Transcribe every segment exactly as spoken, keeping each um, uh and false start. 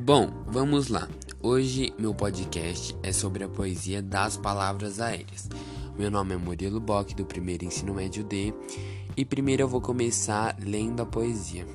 Bom, vamos lá. Hoje meu podcast é sobre a poesia das palavras aéreas. Meu nome é Murilo Bock, do primeiro ensino médio D, e primeiro eu vou começar lendo a poesia.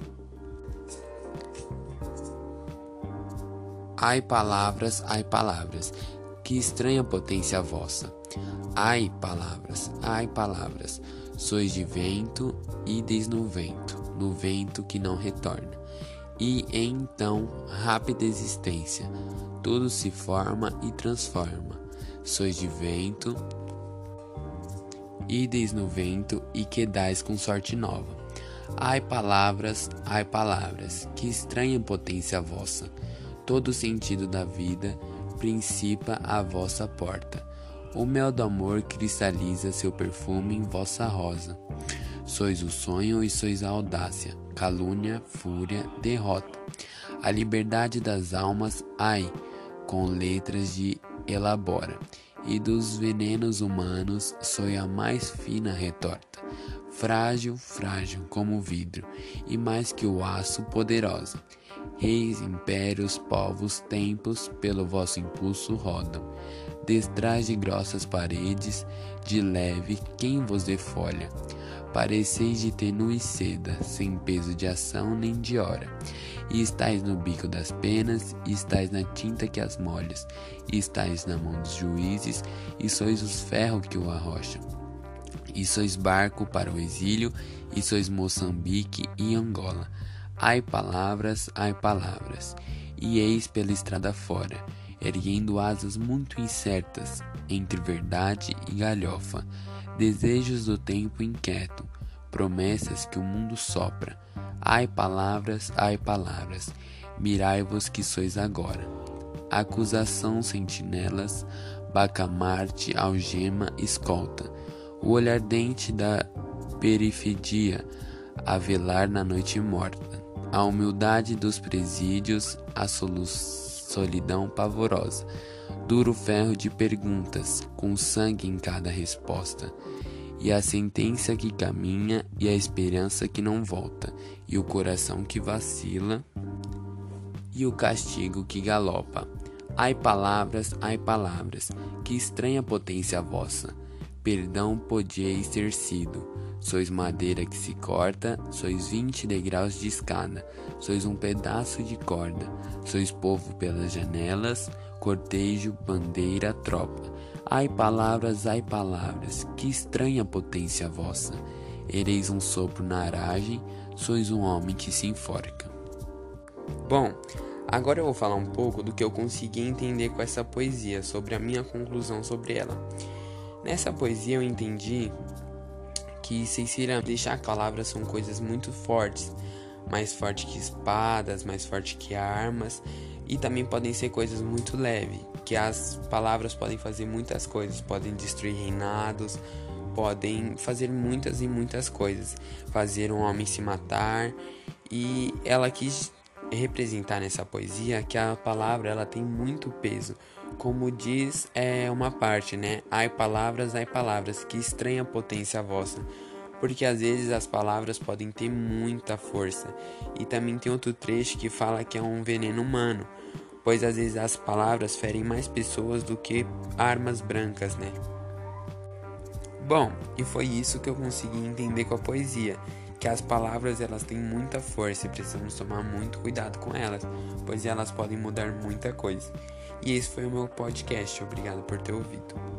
Ai palavras, ai palavras, que estranha potência vossa. Ai palavras, ai palavras, sois de vento, ides no vento, no vento que não retorna. E então, rápida existência, tudo se forma e transforma. Sois de vento, ides no vento e quedais com sorte nova. Ai palavras, ai palavras, que estranha potência vossa. Todo o sentido da vida principa à vossa porta. O mel do amor cristaliza seu perfume em vossa rosa. Sois o sonho e sois a audácia, calúnia, fúria, derrota. A liberdade das almas, ai, com letras de elabora. E dos venenos humanos, sois a mais fina retorta. Frágil, frágil como o vidro, e mais que o aço, poderosa. Reis, impérios, povos, templos, pelo vosso impulso rodam. Detrás de grossas paredes, de leve, quem vos defolha? Pareceis de tenue seda, sem peso de ação nem de hora. E estáis no bico das penas, e estáis na tinta que as molhas, e estáis na mão dos juízes, e sois os ferros que o arrocham. E sois barco para o exílio, e sois Moçambique e Angola. Ai palavras, ai palavras, e eis pela estrada fora, erguendo asas muito incertas, entre verdade e galhofa, desejos do tempo inquieto, promessas que o mundo sopra. Ai palavras, ai palavras, mirai-vos que sois agora. Acusação, sentinelas, bacamarte, algema, escolta, o olhar ardente da perifidia, a velar na noite morta. A humildade dos presídios, a solidão pavorosa, duro ferro de perguntas, com sangue em cada resposta, e a sentença que caminha, e a esperança que não volta, e o coração que vacila, e o castigo que galopa. Ai palavras, ai palavras, que estranha potência vossa, perdão podieis ter sido. Sois madeira que se corta, sois vinte degraus de escada, sois um pedaço de corda, sois povo pelas janelas, cortejo, bandeira, tropa. Ai palavras, ai palavras, que estranha potência vossa. Ereis um sopro na aragem, sois um homem que se enforca. Bom, agora eu vou falar um pouco do que eu consegui entender com essa poesia, sobre a minha conclusão sobre ela. Nessa poesia eu entendi que Cecília deixar que palavras são coisas muito fortes, mais fortes que espadas, mais fortes que armas, e também podem ser coisas muito leves, que as palavras podem fazer muitas coisas, podem destruir reinados, podem fazer muitas e muitas coisas, fazer um homem se matar, e ela quis representar nessa poesia que a palavra ela tem muito peso, como diz é uma parte, né? Ai palavras, ai palavras, que estranha potência vossa. Porque às vezes as palavras podem ter muita força. E também tem outro trecho que fala que é um veneno humano, pois às vezes as palavras ferem mais pessoas do que armas brancas, né? Bom, e foi isso que eu consegui entender com a poesia, que as palavras elas têm muita força e precisamos tomar muito cuidado com elas, pois elas podem mudar muita coisa. E esse foi o meu podcast, obrigado por ter ouvido.